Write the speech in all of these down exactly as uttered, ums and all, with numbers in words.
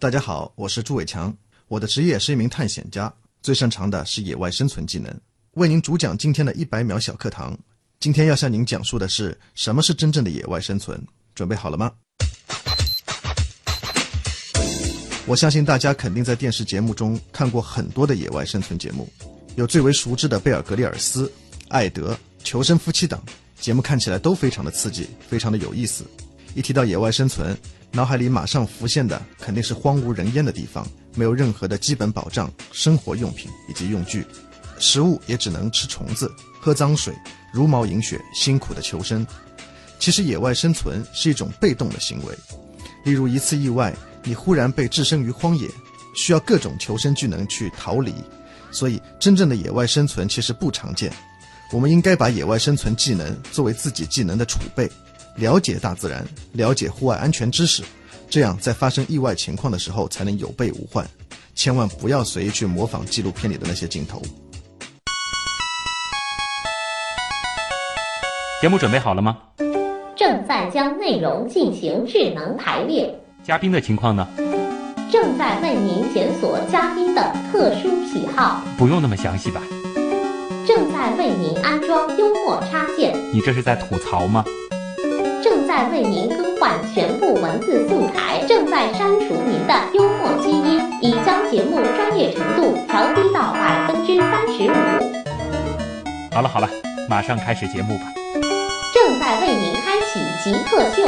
大家好，我是朱伟强，我的职业是一名探险家，最擅长的是野外生存技能。为您主讲今天的一百秒小课堂。今天要向您讲述的是什么是真正的野外生存，准备好了吗？我相信大家肯定在电视节目中看过很多的野外生存节目，有最为熟知的贝尔格利尔斯、艾德、求生夫妻档，节目看起来都非常的刺激，非常的有意思。一提到野外生存，脑海里马上浮现的肯定是荒无人烟的地方，没有任何的基本保障，生活用品以及用具，食物也只能吃虫子、喝脏水，茹毛饮血，辛苦的求生。其实野外生存是一种被动的行为，例如一次意外，你忽然被置身于荒野，需要各种求生技能去逃离，所以真正的野外生存其实不常见。我们应该把野外生存技能作为自己技能的储备，了解大自然，了解户外安全知识，这样在发生意外情况的时候才能有备无患。千万不要随意去模仿纪录片里的那些镜头。 节目准备好了吗？ 正在将内容进行智能排列。 嘉宾的情况呢？ 正在为您检索嘉宾的特殊喜好。 不用那么详细吧？ 正在为您安装幽默插件。 你这是在吐槽吗？ 正在为您更换全部文字素材，正在删除您的幽默基因，已将节目专业程度调低到百分之三十五。 好了好了，马上开始节目吧。 正在为您开启极客秀。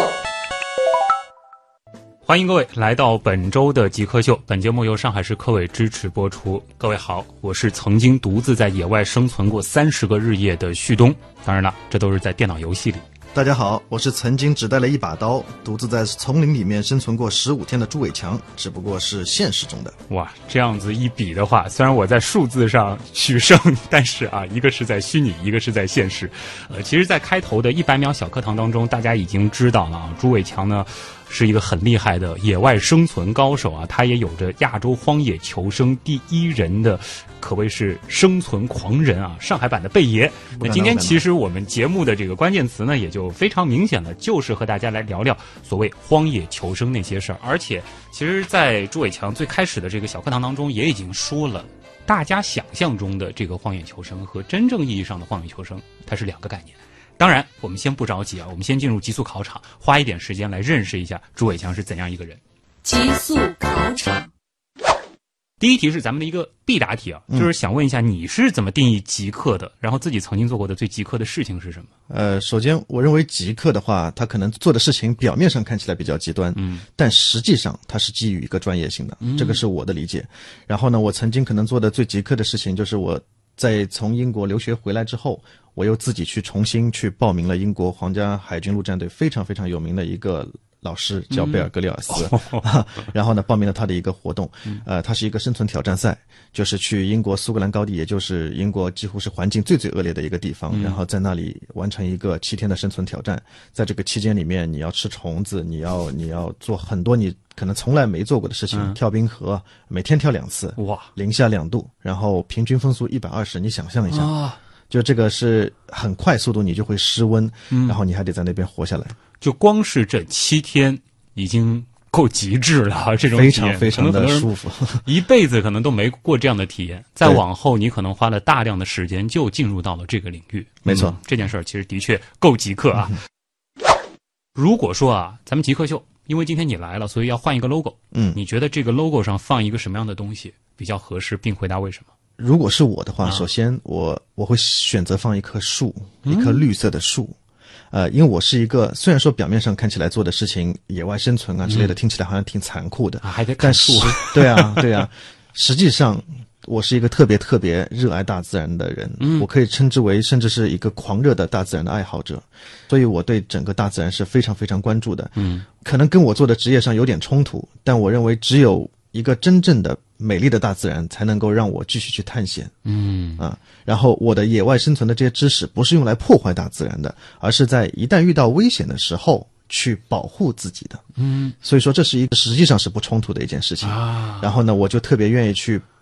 欢迎各位来到本周的极客秀，本节目由上海市科委支持播出。各位好，我是曾经独自在野外生存过三十个日夜的旭东，当然了，这都是在电脑游戏里。 大家好，我是曾经只带了一把刀，独自在丛林里面生存过十五天的朱伟强，只不过是现实中的。 哇，这样子一比的话，虽然我在数字上取胜，但是啊，一个是在虚拟，一个是在现实。呃，其实，在开头的一百秒小课堂当中，大家已经知道了啊，朱伟强呢是一个很厉害的野外生存高手啊，他也有着亚洲荒野求生第一人的，可谓是生存狂人啊，上海版的贝爷。那今天其实我们节目的这个关键词呢，也就非常明显了，就是和大家来聊聊所谓荒野求生那些事儿。而且，其实，在朱伟强最开始的这个小课堂当中，也已经说了，大家想象中的这个荒野求生和真正意义上的荒野求生，它是两个概念。当然，我们先不着急啊，我们先进入极速考场，花一点时间来认识一下朱伟强是怎样一个人。 极速考场， 第一题是咱们的一个必答题啊，就是想问一下你是怎么定义极客的，然后自己曾经做过的最极客的事情是什么？ 呃，首先我认为极客的话，他可能做的事情表面上看起来比较极端，嗯，但实际上他是基于一个专业性的，嗯，这个是我的理解。然后呢，我曾经可能做的最极客的事情就是我在从英国留学回来之后，我又自己去重新去报名了英国皇家海军陆战队非常非常有名的一个老师，叫贝尔格利尔斯，嗯、然后呢报名了他的一个活动，呃，它是一个生存挑战赛，就是去英国苏格兰高地，也就是英国几乎是环境最最恶劣的一个地方，嗯、然后在那里完成一个七天的生存挑战。在这个期间里面，你要吃虫子，你要你要做很多你可能从来没做过的事情，嗯、跳冰河，每天跳两次，哇，零下两度，然后平均风速一百二十，你想象一下。啊，就这个是很快速度，你就会失温，嗯、然后你还得在那边活下来。 就光是这七天已经够极致了，这种体验非常非常的舒服， 一辈子可能都没过这样的体验。再往后，你可能花了大量的时间就进入到了这个领域。 没错， 嗯、这件事儿其实的确够极客啊。嗯、如果说啊，咱们极客秀，因为今天你来了，所以要换一个 logo。嗯，你觉得这个 logo 上放一个什么样的东西比较合适，并回答为什么？ 如果是我的话，啊、首先我我会选择放一棵树，一棵绿色的树。嗯呃，因为我是一个虽然说表面上看起来做的事情，野外生存啊之类的，嗯、听起来好像挺残酷的， 啊、还得砍树。 对啊，对啊，实际上我是一个特别特别热爱大自然的人，嗯、我可以称之为甚至是一个狂热的大自然的爱好者，所以我对整个大自然是非常非常关注的。嗯，可能跟我做的职业上有点冲突，但我认为只有一个真正的美丽的大自然才能够让我继续去探险。嗯啊，然后我的野外生存的这些知识不是用来破坏大自然的，而是在一旦遇到危险的时候去保护自己的。嗯，所以说这是一个实际上是不冲突的一件事情啊。然后呢，我就特别愿意去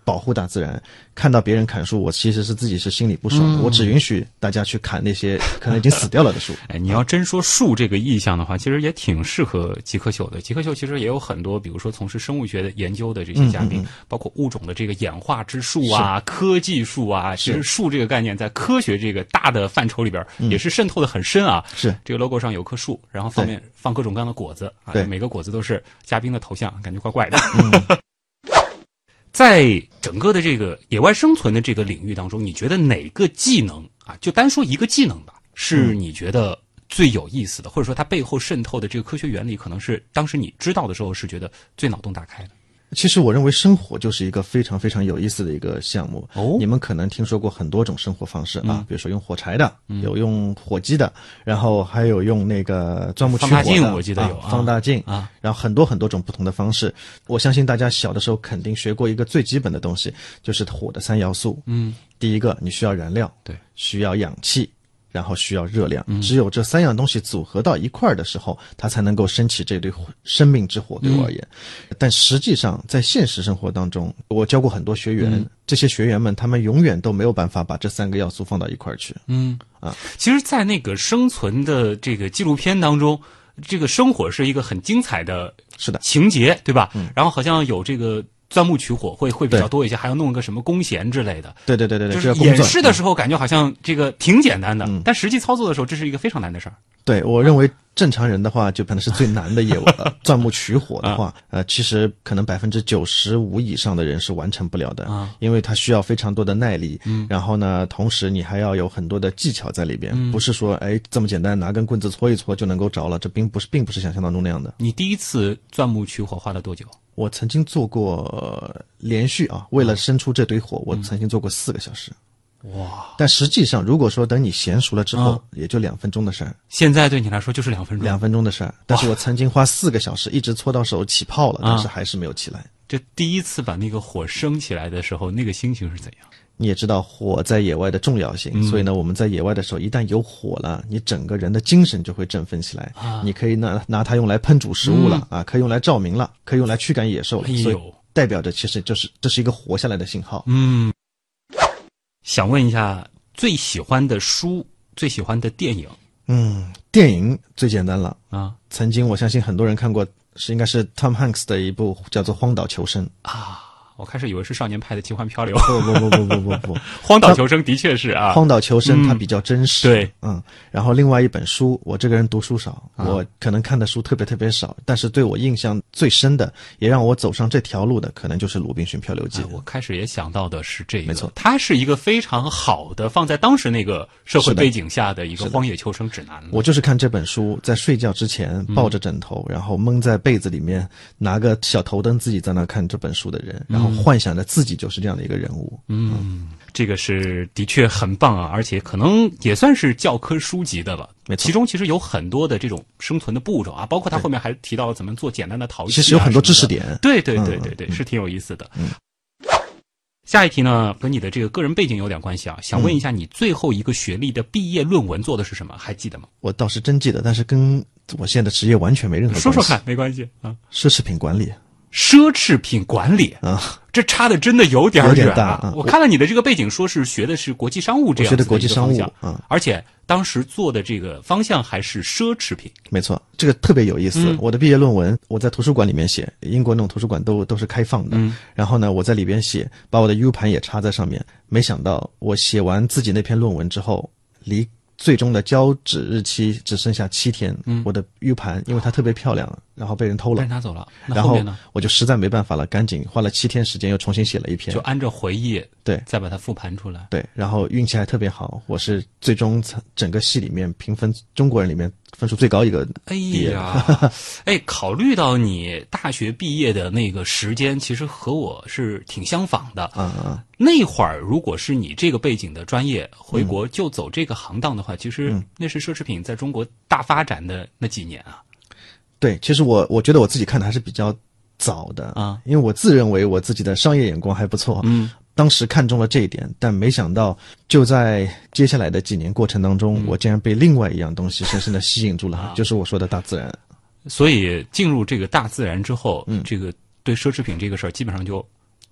保护大自然。看到别人砍树，我其实是自己是心里不爽的。 嗯、 我只允许大家去砍那些可能已经死掉了的树。 哎，你要真说树这个意象的话，其实也挺适合极客秀的。极客秀其实也有很多，比如说从事生物学的研究的这些嘉宾，嗯嗯嗯包括物种的这个演化之树啊、科技树啊。其实树这个概念在科学这个大的范畴里边也是渗透的很深啊。 是、嗯、 这个 logo 上有棵树，然后放面放各种各样的果子啊，每个果子都是嘉宾的头像，感觉怪怪的。嗯在整个的这个野外生存的这个领域当中，你觉得哪个技能啊，就单说一个技能吧，是你觉得最有意思的，或者说它背后渗透的这个科学原理，可能是当时你知道的时候是觉得最脑洞大开的？ 其实我认为生火就是一个非常非常有意思的一个项目。 哦， 你们可能听说过很多种生火方式啊，嗯、比如说用火柴的，嗯、有用火机的，然后还有用那个钻木取火的， 放大镜我记得有、 啊、放大镜啊， 然后很多很多种不同的方式。我相信大家小的时候肯定学过一个最基本的东西，就是火的三要素。 嗯， 第一个你需要燃料， 对， 需要氧气。然后需要热量，只有这三样东西组合到一块儿的时候，它才能够升起这堆生命之火。对我而言，嗯、但实际上在现实生活当中，我教过很多学员，嗯、这些学员们他们永远都没有办法把这三个要素放到一块儿去。 嗯啊，其实，在那个生存的这个纪录片当中，这个生火是一个很精彩的， 是的情节，对吧？ 嗯、 然后好像有这个。钻木取火会会比较多一些，还要弄个什么弓弦之类的。 对对对对对， 就是演示的时候感觉好像这个挺简单的，嗯、但实际操作的时候，这是一个非常难的事儿。 对，我认为正常人的话，就可能是最难的业务了。钻木取火的话，呃，其实可能百分之九十五以上的人是完成不了的， 啊、 因为它需要非常多的耐力， 嗯、 然后呢，同时你还要有很多的技巧在里边， 嗯、 不是说哎这么简单拿根棍子搓一搓就能够着了，这并不是并不是想象当中那样的。 你第一次钻木取火花了多久？ 我曾经做过、呃、连续啊，为了生出这堆火，嗯、我曾经做过四个小时。 哇！ 但实际上，如果说等你娴熟了之后，嗯、也就两分钟的事儿。 现在对你来说就是两分钟， 两分钟的事儿。但是我曾经花四个小时，一直搓到手起泡了，但是还是没有起来。 这第一次把那个火升起来的时候，那个心情是怎样？ 你也知道火在野外的重要性， 嗯、 所以呢，我们在野外的时候，一旦有火了，你整个人的精神就会振奋起来。 啊、 你可以拿拿它用来烹煮食物了、嗯、啊，可以用来照明了，可以用来驱赶野兽了。 哎呦， 所以代表着其实就是这是一个活下来的信号。 嗯，想问一下，最喜欢的书，最喜欢的电影？ 嗯，电影最简单了啊。 曾经我相信很多人看过，是应该是 Tom Hanks 的一部叫做《荒岛求生》 啊。我开始以为是少年派的奇幻漂流。 不不不不不不不， 荒岛求生的确是啊， 荒岛求生它比较真实。 嗯、对， 嗯。然后另外一本书，我这个人读书少，啊、我可能看的书特别特别少，但是对我印象最深的，也让我走上这条路的，可能就是《鲁滨逊漂流记》 哎。我开始也想到的是这个， 没错， 它是一个非常好的放在当时那个社会背景下的一个荒野求生指南。 我就是看这本书，在睡觉之前抱着枕头，嗯、然后蒙在被子里面，拿个小头灯自己在那看这本书的人，然后幻想着自己。自己就是这样的一个人物。 嗯，这个是的确很棒啊，而且可能也算是教科书级的了。其中其实有很多的这种生存的步骤啊，包括他后面还提到了怎么做简单的陶器、啊， 其实有很多知识点。 对对对对对，嗯、是挺有意思的。 嗯。 下一题呢，跟你的这个个人背景有点关系啊，想问一下你最后一个学历的毕业论文做的是什么？还记得吗？ 我倒是真记得，但是跟我现在的职业完全没任何关系。 说说看，没关系啊。 奢侈品管理。 奢侈品管理啊， 这差的真的有点远、啊、 有点大、啊。 我看了你的这个背景，说是学的是国际商务这样子的一个方向， 我学的国际商务啊， 而且当时做的这个方向还是奢侈品。 没错，这个特别有意思。嗯、我的毕业论文我在图书馆里面写，英国那种图书馆都都是开放的。 嗯， 然后呢，我在里边写，把我的 U 盘也插在上面。没想到我写完自己那篇论文之后，离最终的交纸日期只剩下七天， 嗯、 我的 U 盘因为它特别漂亮，然后被人偷了， 被人拿走了。那然后后面呢？ 我就实在没办法了，赶紧花了七天时间又重新写了一篇， 就按照回忆， 对， 再把它复盘出来。 对，然后运气还特别好，我是最终整个系里面评分中国人里面分数最高一个毕业。 哎呀，哎，考虑到你大学毕业的那个时间，其实和我是挺相仿的。 啊啊。 那会儿如果是你这个背景的专业回国就走这个行当的话，嗯、其实那是奢侈品在中国大发展的那几年啊。 对，其实我我觉得我自己看的还是比较早的啊， 因为我自认为我自己的商业眼光还不错， 嗯， 当时看中了这一点，但没想到就在接下来的几年过程当中， 嗯、 我竟然被另外一样东西深深的吸引住了， 啊、 就是我说的大自然。 所以进入这个大自然之后， 嗯， 这个对奢侈品这个事儿基本上就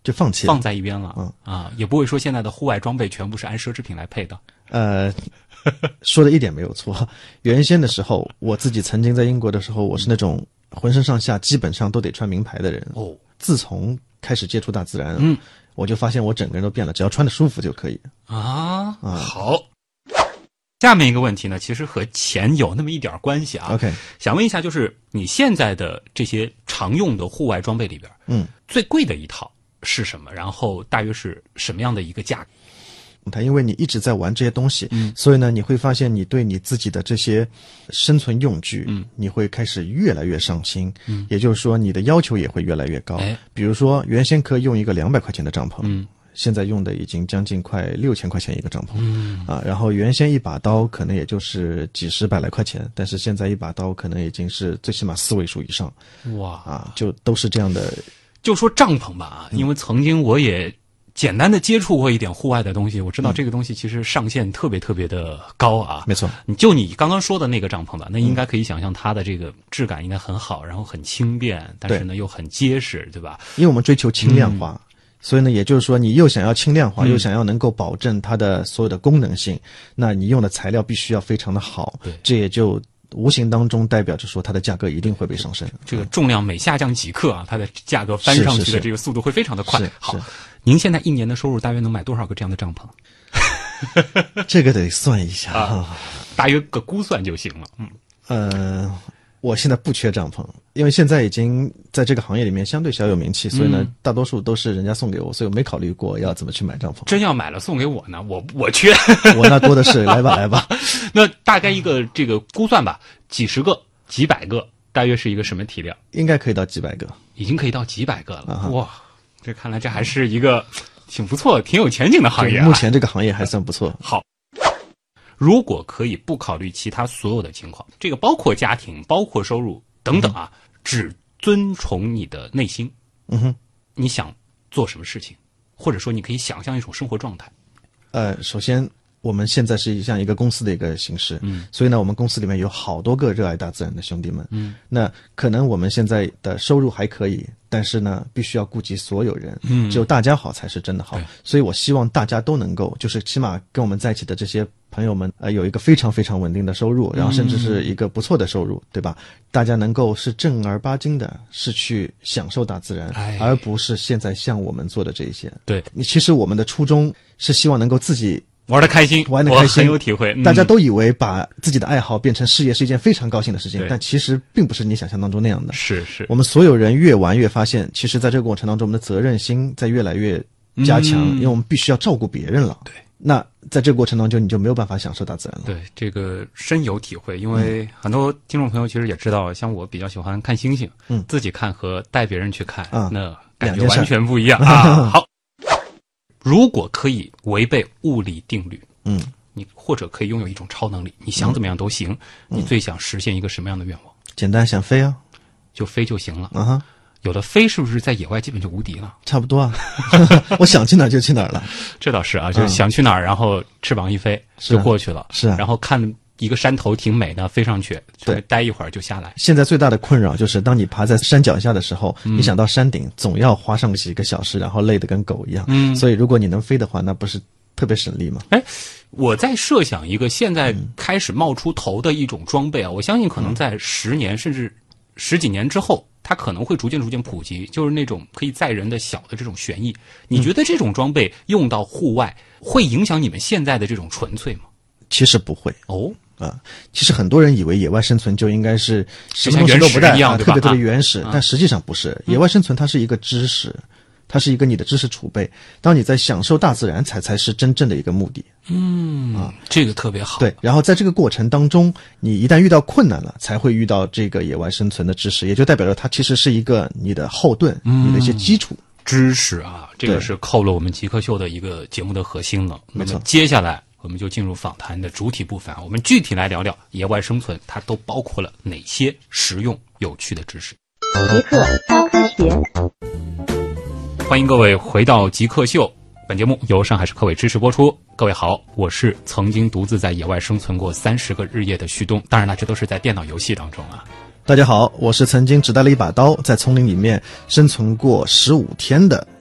就放弃了放在一边了。 嗯啊，也不会说现在的户外装备全部是按奢侈品来配的。 呃，说的一点没有错。原先的时候，我自己曾经在英国的时候，我是那种浑身上下基本上都得穿名牌的人。 哦， 自从开始接触大自然， 嗯， 我就发现我整个人都变了，只要穿的舒服就可以。 啊， 啊好。下面一个问题呢，其实和钱有那么一点关系啊。 OK， 想问一下，就是你现在的这些常用的户外装备里边， 嗯， 最贵的一套是什么？然后大约是什么样的一个价格？ 它因为你一直在玩这些东西， 嗯， 所以呢，你会发现你对你自己的这些生存用具， 嗯， 你会开始越来越上心， 嗯， 也就是说你的要求也会越来越高。 哎， 比如说原先可以用一个两百块钱的帐篷， 嗯， 现在用的已经将近快六千块钱一个帐篷， 嗯啊，然后原先一把刀可能也就是几十百来块钱，但是现在一把刀可能已经是最起码四位数以上， 哇啊，就都是这样的。 就说帐篷吧啊，因为曾经我也简单的接触过一点户外的东西，我知道这个东西其实上限特别特别的高啊。 没错， 你就你刚刚说的那个帐篷吧，那应该可以想象它的这个质感应该很好，然后很轻便，但是呢又很结实，对吧？ 因为我们追求轻量化。嗯，所以呢，也就是说，你又想要轻量化， 嗯、 又想要能够保证它的所有的功能性，那你用的材料必须要非常的好。 对， 这也就无形当中代表着说，它的价格一定会被上升。 这个重量每下降几克啊，它的价格翻上去的这个速度会非常的快。 是是是好，您现在一年的收入大约能买多少个这样的帐篷？ 这个得算一下啊，大约个估算就行了。嗯， 呃。我现在不缺帐篷，因为现在已经在这个行业里面相对小有名气，所以呢， 嗯、 大多数都是人家送给我，所以我没考虑过要怎么去买帐篷。 真要买了送给我呢，我我缺， 我那多的是，来吧来吧。 那大概一个这个估算吧，几十个、几百个，大约是一个什么体量？ 应该可以到几百个， 已经可以到几百个了。 啊、 哇，这看来这还是一个挺不错、挺有前景的行业啊。 目前这个行业还算不错。 好。如果可以不考虑其他所有的情况，这个包括家庭、包括收入等等啊，嗯、只遵从你的内心， 嗯哼， 你想做什么事情，或者说你可以想象一种生活状态。 呃，首先我们现在是像一个公司的一个形式， 嗯， 所以呢，我们公司里面有好多个热爱大自然的兄弟们， 嗯， 那可能我们现在的收入还可以，但是呢，必须要顾及所有人， 嗯， 只有大家好才是真的好，所以我希望大家都能够，就是起码跟我们在一起的这些朋友们，呃，有一个非常非常稳定的收入，然后甚至是一个不错的收入，对吧？大家能够是正儿八经的，是去享受大自然， 哎、 而不是现在像我们做的这一些。 对， 你其实我们的初衷是希望能够自己玩得开心， 玩得开心， 我很有体会。嗯、 大家都以为把自己的爱好变成事业是一件非常高兴的事情，但其实并不是你想象当中那样的。 是是， 我们所有人越玩越发现，其实在这个过程当中，我们的责任心在越来越加强， 嗯、 因为我们必须要照顾别人了。 对。 那在这个过程当中，你就没有办法享受大自然了。 对，这个深有体会，因为很多听众朋友其实也知道，像我比较喜欢看星星， 嗯， 自己看和带别人去看， 啊、 那感觉完全不一样啊。好，如果可以违背物理定律， 嗯， 你或者可以拥有一种超能力，你想怎么样都行， 嗯、 你最想实现一个什么样的愿望？ 简单，想飞啊， 就飞就行了。 啊哈。 有的飞是不是在野外基本就无敌了？ 差不多啊，我想去哪儿就去哪儿了。 这倒是啊，就是想去哪儿，然后翅膀一飞就过去了。 是啊， 然后看一个山头挺美的，飞上去，对，待一会儿就下来。 现在最大的困扰就是，当你爬在山脚下的时候， 嗯、 你想到山顶，总要花上几个小时，然后累得跟狗一样。 嗯， 所以如果你能飞的话，那不是特别省力吗？ 哎，我在设想一个现在开始冒出头的一种装备啊，我相信可能在十年、嗯、甚至十几年之后。它可能会逐渐逐渐普及，就是那种可以载人的小的这种旋翼。你觉得这种装备用到户外，嗯、会影响你们现在的这种纯粹吗？ 其实不会哦啊。其实很多人以为野外生存就应该是什么东西都不带，啊、特别特别原始，啊、但实际上不是。野外生存它是一个知识。嗯它是一个你的知识储备，当你在享受大自然才才是真正的一个目的。 嗯啊，这个特别好。 对，然后在这个过程当中，你一旦遇到困难了，才会遇到这个野外生存的知识，也就代表着它其实是一个你的后盾， 嗯、 你的一些基础知识啊。这个是扣了我们极客秀的一个节目的核心了。 没错， 接下来我们就进入访谈的主体部分，我们具体来聊聊野外生存它都包括了哪些实用有趣的知识。 极客高科学。 欢迎各位回到极客秀，本节目由上海市科委支持播出。各位好，我是曾经独自在野外生存过三十个日夜的旭东，当然了，这都是在电脑游戏当中啊。 大家好，我是曾经只带了一把刀在丛林里面生存过十五天的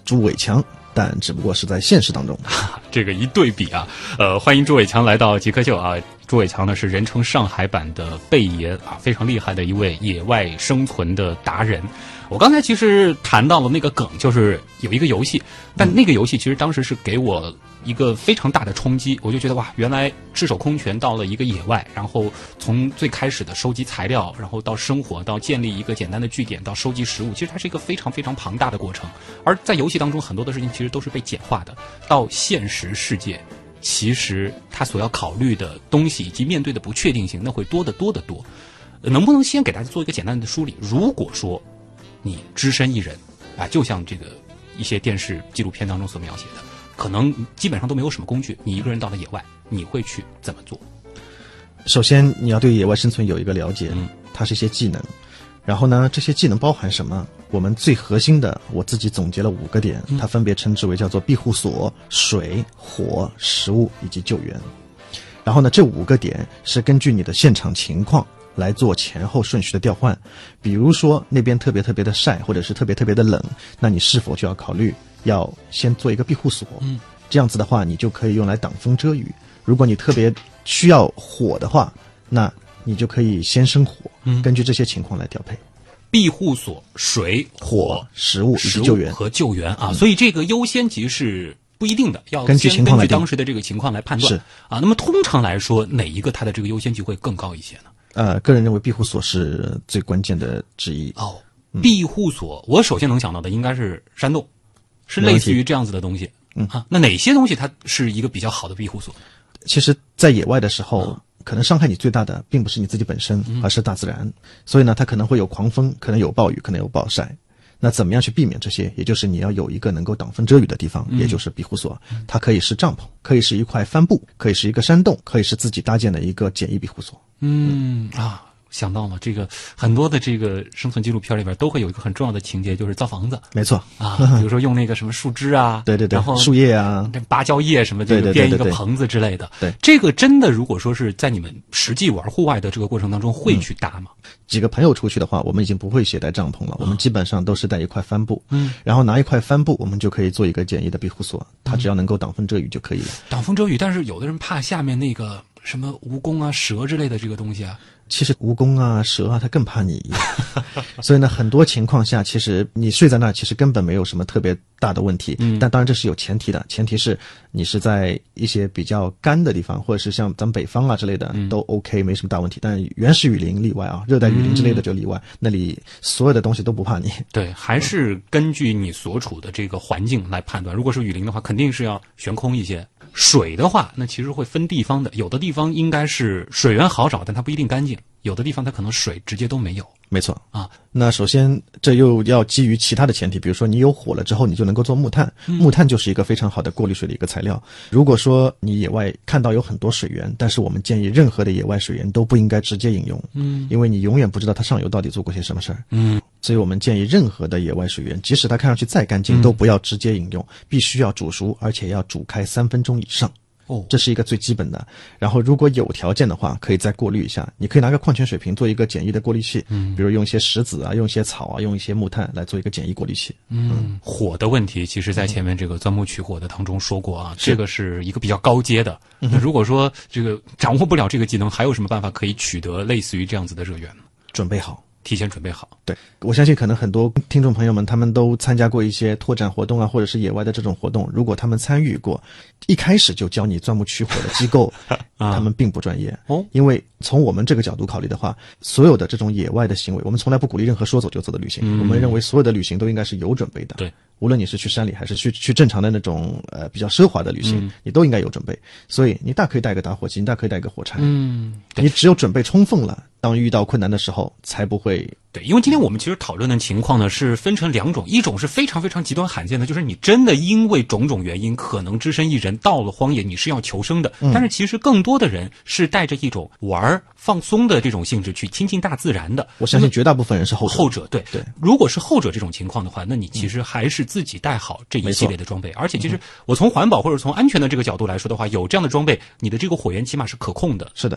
朱伟强，但只不过是在现实当中。 这个一对比啊，呃，欢迎朱伟强来到极客秀啊。朱伟强呢是人称上海版的贝爷啊，非常厉害的一位野外生存的达人。我刚才其实谈到了那个梗，就是有一个游戏，但那个游戏其实当时是给我一个非常大的冲击，我就觉得哇，原来赤手空拳到了一个野外，然后从最开始的收集材料，然后到生活，到建立一个简单的据点，到收集食物，其实它是一个非常非常庞大的过程。而在游戏当中，很多的事情其实都是被简化的，到现实世界，其实他所要考虑的东西以及面对的不确定性，那会多得多得多。能不能先给大家做一个简单的梳理？如果说你只身一人啊，就像这个一些电视纪录片当中所描写的，可能基本上都没有什么工具，你一个人到了野外，你会去怎么做？ 首先你要对野外生存有一个了解， 嗯， 它是一些技能，然后呢，这些技能包含什么？我们最核心的，我自己总结了五个点，它分别称之为叫做庇护所、水、火、食物以及救援。然后呢，这五个点是根据你的现场情况来做前后顺序的调换。比如说那边特别特别的晒，或者是特别特别的冷，那你是否就要考虑要先做一个庇护所？ 嗯， 这样子的话，你就可以用来挡风遮雨。如果你特别需要火的话，那你就可以先生火， 嗯， 根据这些情况来调配。 庇护所、水、火、 食物以及救援和救援啊，嗯，所以这个优先级是不一定的，要根据情况来根据当时的这个情况来判断。 是啊，那么通常来说，哪一个它的这个优先级会更高一些呢？ 呃，个人认为庇护所是最关键的之一。 哦，庇护所，我首先能想到的应该是山洞，是类似于这样子的东西。 嗯啊，那哪些东西它是一个比较好的庇护所？ 其实，在野外的时候，嗯，可能伤害你最大的并不是你自己本身，而是大自然。嗯，所以呢，它可能会有狂风，可能有暴雨，可能有暴晒。那怎么样去避免这些？也就是你要有一个能够挡风遮雨的地方，嗯，也就是庇护所。它可以是帐篷，可以是一块帆布，可以是一个山洞，可以是自己搭建的一个简易庇护所。 嗯啊。想到了这个，很多的这个生存纪录片里边都会有一个很重要的情节，就是造房子。 没错啊，比如说用那个什么树枝啊， 对对对， 然后树叶啊， 芭蕉叶什么的，编一个棚子之类的。 对， 这个真的，如果说是在你们实际玩户外的这个过程当中，会去搭吗？ 嗯，几个朋友出去的话，我们已经不会携带帐篷了，我们基本上都是带一块帆布， 嗯， 然后拿一块帆布，我们就可以做一个简易的庇护所，它只要能够挡风遮雨就可以了。 挡风遮雨，但是有的人怕下面那个什么蜈蚣啊、蛇之类的这个东西啊。 其实蜈蚣啊、蛇啊，它更怕你，所以呢，很多情况下，其实你睡在那儿，其实根本没有什么特别大的问题。 嗯， 但当然这是有前提的，前提是你是在一些比较干的地方，或者是像咱们北方啊之类的，嗯，都 OK， 没什么大问题。但原始雨林例外啊，热带雨林之类的就例外，嗯，那里所有的东西都不怕你。 对，还是根据你所处的这个环境来判断。如果是雨林的话，肯定是要悬空一些。水的话，那其实会分地方的，有的地方应该是水源好找，但它不一定干净；有的地方它可能水直接都没有。 没错啊， 那首先这又要基于其他的前提，比如说你有火了之后，你就能够做木炭，嗯，木炭就是一个非常好的过滤水的一个材料。如果说你野外看到有很多水源，但是我们建议任何的野外水源都不应该直接饮用， 嗯， 因为你永远不知道它上游到底做过些什么事儿， 嗯， 所以我们建议任何的野外水源，即使它看上去再干净，嗯，都不要直接饮用，必须要煮熟，而且要煮开三分钟以上。 哦， 这是一个最基本的。然后如果有条件的话，可以再过滤一下。你可以拿个矿泉水瓶做一个简易的过滤器，嗯，比如用一些石子啊，用一些草啊，用一些木炭来做一个简易过滤器。 嗯，嗯火的问题，其实在前面这个钻木取火的当中说过啊，这个是一个比较高阶的。那如果说这个掌握不了这个技能，还有什么办法可以取得类似于这样子的热源呢？ 准备好。 提前准备好。 对，我相信可能很多听众朋友们他们都参加过一些拓展活动啊，或者是野外的这种活动，如果他们参与过一开始就教你钻木取火的机构他们并不专业哦。因为从我们这个角度考虑的话，所有的这种野外的行为，我们从来不鼓励任何说走就走的旅行，嗯，我们认为所有的旅行都应该是有准备的。 对， 无论你是去山里还是去去正常的那种呃比较奢华的旅行，嗯，你都应该有准备。所以你大可以带个打火机，你大可以带个火柴， 嗯， 你只有准备充分了，当遇到困难的时候才不会。 对，因为今天我们其实讨论的情况呢是分成两种，一种是非常非常极端罕见的，就是你真的因为种种原因可能只身一人到了荒野，你是要求生的，嗯，但是其实更多的人是带着一种玩放松的这种性质去亲近大自然的。 我相信绝大部分人是后者。 后者对对， 如果是后者这种情况的话，那你其实还是自己带好这一系列的装备，而且其实我从环保或者从安全的这个角度来说的话，有这样的装备，你的这个火源起码是可控的。 是的。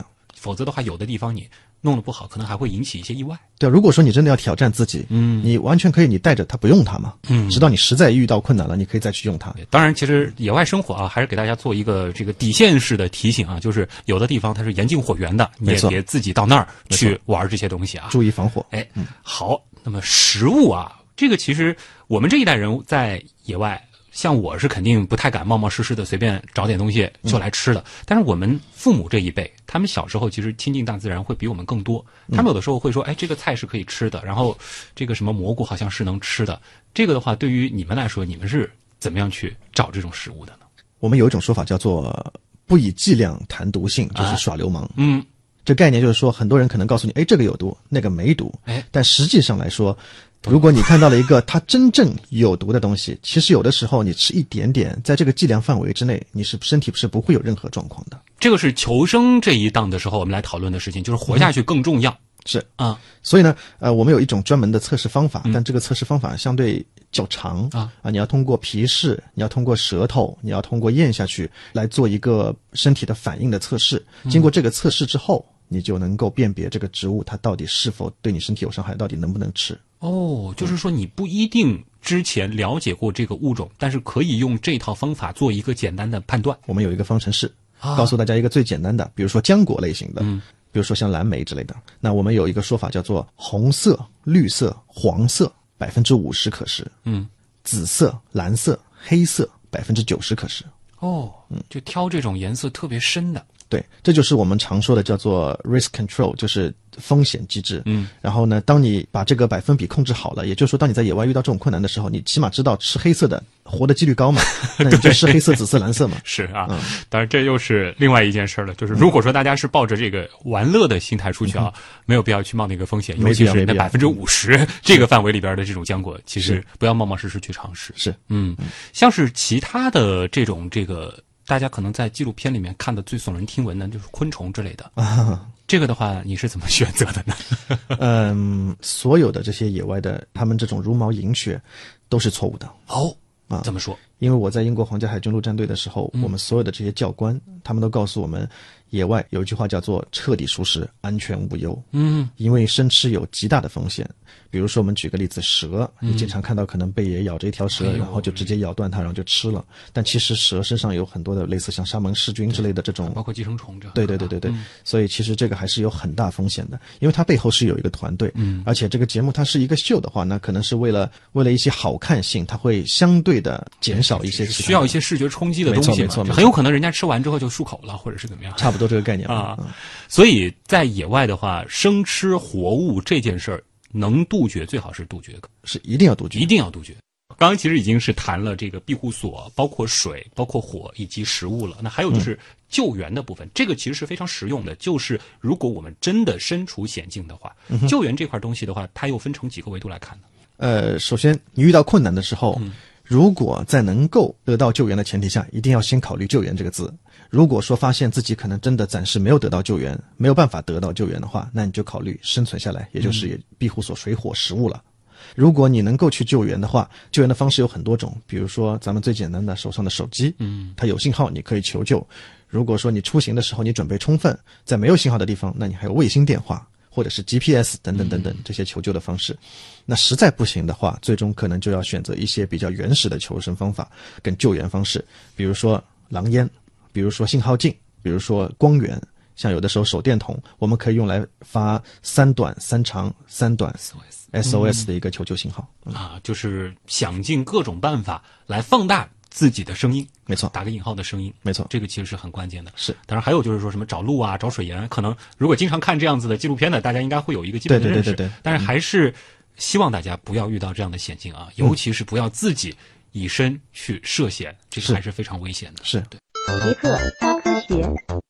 否则的话，有的地方你弄得不好，可能还会引起一些意外。 对，如果说你真的要挑战自己， 嗯， 你完全可以你带着它不用它嘛， 嗯， 直到你实在遇到困难了，你可以再去用它。 当然，其实野外生活啊，还是给大家做一个这个底线式的提醒啊，就是有的地方它是严禁火源的，你也别自己到那儿去玩这些东西啊， 注意防火。 哎，嗯，好，那么食物啊，这个其实我们这一代人在野外。像我是肯定不太敢冒冒失失的随便找点东西就来吃的，嗯、但是我们父母这一辈，他们小时候其实亲近大自然会比我们更多。他们有的时候会说，哎，这个菜是可以吃的，然后这个什么蘑菇好像是能吃的。这个的话，对于你们来说，你们是怎么样去找这种食物的呢？ 我们有一种说法叫做不以剂量谈毒性，就是耍流氓。啊、 嗯。 这概念就是说，很多人可能告诉你，哎，这个有毒，那个没毒， 哎， 但实际上来说，如果你看到了一个它真正有毒的东西，其实有的时候你吃一点点，在这个剂量范围之内，你是身体是不会有任何状况的。 这个是求生这一档的时候我们来讨论的事情，就是活下去更重要。 嗯、是啊， 所以呢，呃，我们有一种专门的测试方法，嗯、但这个测试方法相对较长啊啊，你要通过皮试，你要通过舌头，你要通过咽下去来做一个身体的反应的测试。经过这个测试之后。你就能够辨别这个植物它到底是否对你身体有伤害，到底能不能吃。 哦，就是说你不一定之前了解过这个物种，但是可以用这套方法做一个简单的判断。 我们有一个方程式，啊、告诉大家一个最简单的，比如说浆果类型的，嗯，比如说像蓝莓之类的。那我们有一个说法叫做红色、绿色、黄色百分之五十可食， 嗯， 紫色、蓝色、黑色百分之九十可食。 哦，嗯，就挑这种颜色特别深的。 对，这就是我们常说的叫做 risk control， 就是风险机制。 嗯， 然后呢，当你把这个百分比控制好了，也就是说，当你在野外遇到这种困难的时候，你起码知道吃黑色的活的几率高嘛，那你就吃黑色、紫色、蓝色嘛。 是啊， 嗯， 当然这又是另外一件事了。就是如果说大家是抱着这个玩乐的心态出去啊，嗯、没有必要去冒那个风险，尤其是那百分之五十这个范围里边的这种浆果，其实不要冒冒失失去尝试。 是， 嗯，像是其他的这种这个。大家可能在纪录片里面看的最耸人听闻的，就是昆虫之类的。啊、这个的话，你是怎么选择的呢？ 嗯，所有的这些野外的，他们这种茹毛饮血，都是错误的。 哦， 啊， 怎么说？ 因为我在英国皇家海军陆战队的时候，嗯、我们所有的这些教官，他们都告诉我们，野外有一句话叫做"彻底熟食，安全无忧"。 嗯， 因为生吃有极大的风险。比如说，我们举个例子，蛇，你经常看到可能贝爷咬着一条蛇， 嗯、 然后就直接咬断它，然后就吃了。但其实蛇身上有很多的类似像沙门氏菌之类的这种， 包括寄生虫这。 对对对对对， 嗯、 所以其实这个还是有很大风险的，因为它背后是有一个团队， 嗯， 而且这个节目它是一个秀的话，那可能是为了为了一些好看性，它会相对的减少一些， 需要一些视觉冲击的东西嘛， 没错没错， 很有可能人家吃完之后就漱口了，或者是怎么样， 差不多这个概念啊。嗯、所以在野外的话，生吃活物这件事儿。能杜绝最好是杜绝， 是一定要杜绝， 一定要杜绝。刚刚其实已经是谈了这个庇护所，包括水、包括火以及食物了。那还有就是救援的部分，嗯、这个其实是非常实用的。就是如果我们真的身处险境的话，嗯、救援这块东西的话，它又分成几个维度来看呢？ 呃，首先你遇到困难的时候，嗯、如果在能够得到救援的前提下，一定要先考虑救援这个字。如果说发现自己可能真的暂时没有得到救援，没有办法得到救援的话，那你就考虑生存下来，也就是庇护所、水火、食物了。如果你能够去救援的话，救援的方式有很多种，比如说咱们最简单的手上的手机， 嗯， 它有信号你可以求救。如果说你出行的时候你准备充分，在没有信号的地方，那你还有卫星电话或者是 G P S 等等等等这些求救的方式。那实在不行的话，最终可能就要选择一些比较原始的求生方法跟救援方式，比如说狼烟，比如说信号镜，比如说光源，像有的时候手电筒，我们可以用来发三短三长三短 S O S 的一个求救信号、 嗯、啊，就是想尽各种办法来放大自己的声音， 没错， 打个引号的声音， 没错， 这个其实是很关键的。 是， 当然还有就是说什么找路啊、找水源，可能如果经常看这样子的纪录片的，大家应该会有一个基本的认识。 对对对对对。 但是还是希望大家不要遇到这样的险境啊，嗯、尤其是不要自己以身去涉险，这个还是非常危险的。 是， 对。 极客高科学。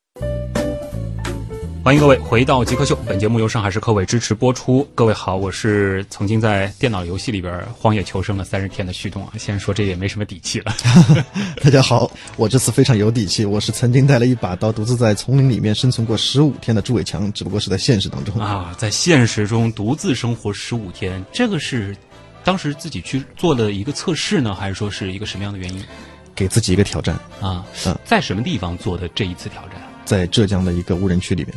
欢迎各位回到极客秀，本节目由上海市科委支持播出。各位好，我是曾经在电脑游戏里边荒野求生了三十天的旭东啊，先说这也没什么底气了。 大家好，我这次非常有底气，我是曾经带了一把刀，独自在丛林里面生存过十五天的朱伟强，只不过是在现实当中啊，在现实中独自生活十五天，这个是当时自己去做的一个测试呢，还是说是一个什么样的原因？ 给自己一个挑战啊， 嗯， 在什么地方做的这一次挑战？ 在浙江的一个无人区里面。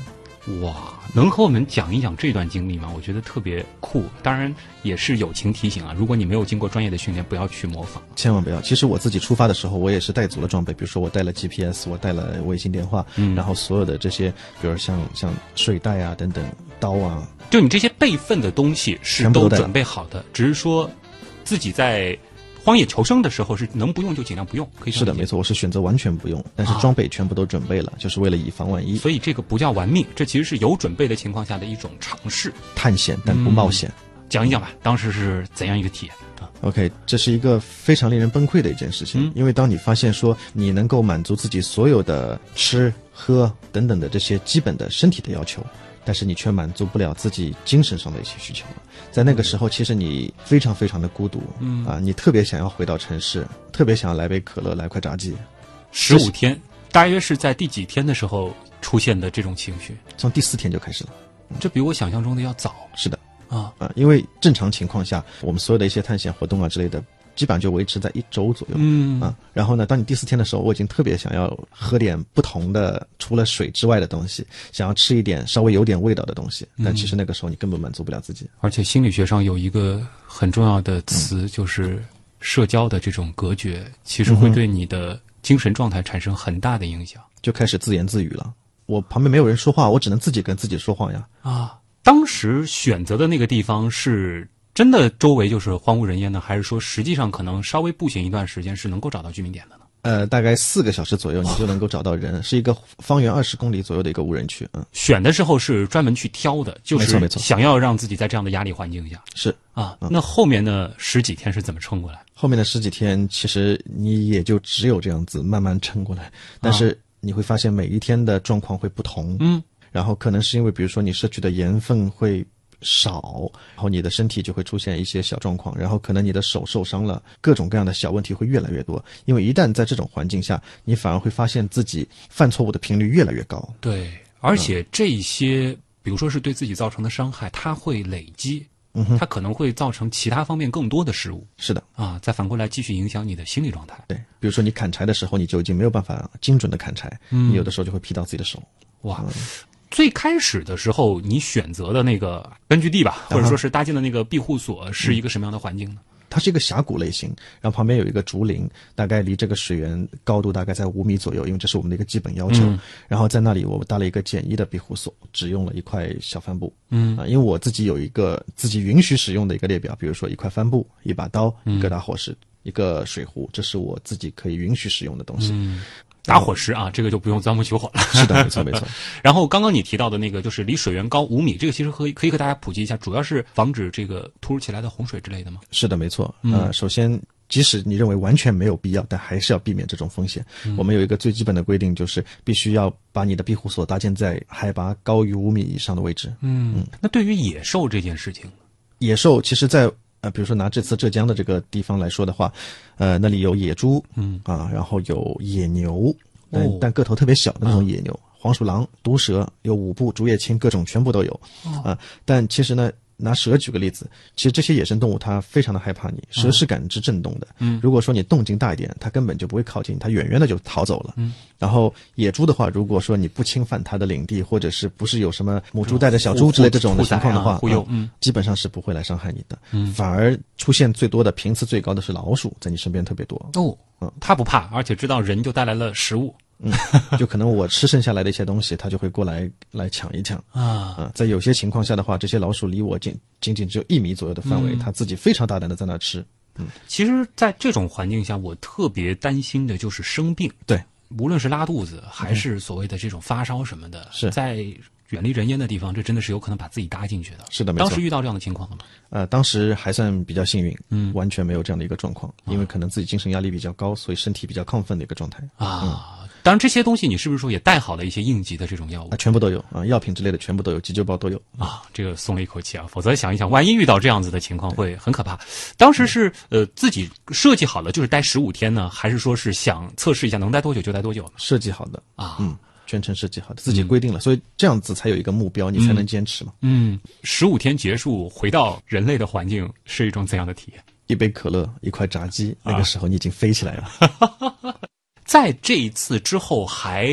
哇，能和我们讲一讲这段经历吗？我觉得特别酷。当然也是友情提醒啊，如果你没有经过专业的训练，不要去模仿， 千万不要。其实我自己出发的时候，我也是带足了装备，比如说我带了 G P S， 我带了卫星电话，嗯，然后所有的这些，比如像像睡袋啊等等，刀啊， 就你这些备份的东西是都准备好的，只是说自己在荒野求生的时候是能不用就尽量不用，可以是的，没错，我是选择完全不用，但是装备全部都准备了，啊、就是为了以防万一。 所以这个不叫玩命，这其实是有准备的情况下的一种尝试， 探险但不冒险。 嗯、讲一讲吧，当时是怎样一个体验 ？OK， 这是一个非常令人崩溃的一件事情，嗯、因为当你发现说你能够满足自己所有的吃喝等等的这些基本的身体的要求，但是你却满足不了自己精神上的一些需求了。在那个时候，其实你非常非常的孤独，嗯啊，你特别想要回到城市，特别想要来杯可乐，来块炸鸡。 十五天，大约是在第几天的时候出现的这种情绪？ 从第四天就开始了， 嗯、这比我想象中的要早。 是的， 啊啊，因为正常情况下，我们所有的一些探险活动啊之类的，基本上就维持在一周左右，嗯啊，然后呢，当你第四天的时候，我已经特别想要喝点不同的，除了水之外的东西，想要吃一点稍微有点味道的东西，但其实那个时候你根本满足不了自己。 而且心理学上有一个很重要的词，嗯、就是社交的这种隔绝，其实会对你的精神状态产生很大的影响， 就开始自言自语了。我旁边没有人说话，我只能自己跟自己说话呀。 啊，当时选择的那个地方是真的周围就是荒无人烟呢，还是说实际上可能稍微步行一段时间是能够找到居民点的呢？ 呃，大概四个小时左右你就能够找到人，是一个方圆二十公里左右的一个无人区。嗯， 选的时候是专门去挑的，就是想要让自己在这样的压力环境下。 是啊，嗯、那后面的十几天是怎么撑过来？ 后面的十几天其实你也就只有这样子慢慢撑过来，但是你会发现每一天的状况会不同。嗯，然后可能是因为比如说你摄取的盐分会少，然后你的身体就会出现一些小状况，然后可能你的手受伤了，各种各样的小问题会越来越多。因为一旦在这种环境下，你反而会发现自己犯错误的频率越来越高。 对，而且这些、嗯、比如说是对自己造成的伤害，它会累积，嗯哼，它可能会造成其他方面更多的失误。 是的啊， 再反过来继续影响你的心理状态。 对，比如说你砍柴的时候，你就已经没有办法精准的砍柴，嗯，你有的时候就会劈到自己的手。 哇。嗯，最开始的时候，你选择的那个根据地吧，或者说是搭建的那个庇护所，是一个什么样的环境呢？ 它是一个峡谷类型，然后旁边有一个竹林，大概离这个水源高度大概在五米左右，因为这是我们的一个基本要求。嗯、然后在那里我搭了一个简易的庇护所，只用了一块小帆布。嗯啊，因为我自己有一个自己允许使用的一个列表，比如说一块帆布、一把刀、一个打火石、一个水壶，这是我自己可以允许使用的东西。嗯， 打火石啊，这个就不用钻木取火了。 是的，没错没错。 然后刚刚你提到的那个，就是离水源高五米，这个其实可以可以和大家普及一下，主要是防止这个突如其来的洪水之类的吗？ 是的，没错。嗯、呃，首先，即使你认为完全没有必要，但还是要避免这种风险。嗯、我们有一个最基本的规定，就是必须要把你的庇护所搭建在海拔高于五米以上的位置。 嗯嗯。那对于野兽这件事情， 野兽其实在。呃，比如说拿这次浙江的这个地方来说的话，呃，那里有野猪，嗯啊，然后有野牛，但、哦、但个头特别小的那种野牛，啊、黄鼠狼、毒蛇，有五步、竹叶青，各种全部都有，哦、啊。但其实呢，拿蛇举个例子，其实这些野生动物它非常的害怕你，蛇是感知震动的，嗯，如果说你动静大一点，它根本就不会靠近，它远远的就逃走了，嗯。然后野猪的话，如果说你不侵犯它的领地，或者是不是有什么母猪带着小猪之类这种的情况的话， 忽悠，嗯， 基本上是不会来伤害你的，嗯，反而出现最多的频次最高的是老鼠，在你身边特别多。 哦，嗯，它不怕，而且知道人就带来了食物。 嗯，就可能我吃剩下来的一些东西，它就会过来来抢一抢啊啊！在有些情况下的话，这些老鼠离我仅仅仅只有一米左右的范围，嗯、它自己非常大胆的在那吃。嗯， 其实，在这种环境下，我特别担心的就是生病。 对， 无论是拉肚子还是所谓的这种发烧什么的，嗯、是在远离人烟的地方，这真的是有可能把自己搭进去的。 是的，没错。 当时遇到这样的情况了吗？ 呃，当时还算比较幸运，嗯，完全没有这样的一个状况，因为可能自己精神压力比较高，所以身体比较亢奋的一个状态啊。嗯，当然，这些东西你是不是说也带好了一些应急的这种药物？ 啊，全部都有啊，药品之类的全部都有，急救包都有啊。这个松了一口气啊，否则想一想，万一遇到这样子的情况会很可怕。当时是呃自己设计好了，就是待十五天呢，还是说是想测试一下能待多久就待多久呢？ 设计好的啊，嗯，全程设计好的，自己规定了，嗯、所以这样子才有一个目标，你才能坚持嘛。 嗯，十五天结束，回到人类的环境是一种怎样的体验？ 一杯可乐，一块炸鸡，那个时候你已经飞起来了。 在这一次之后，还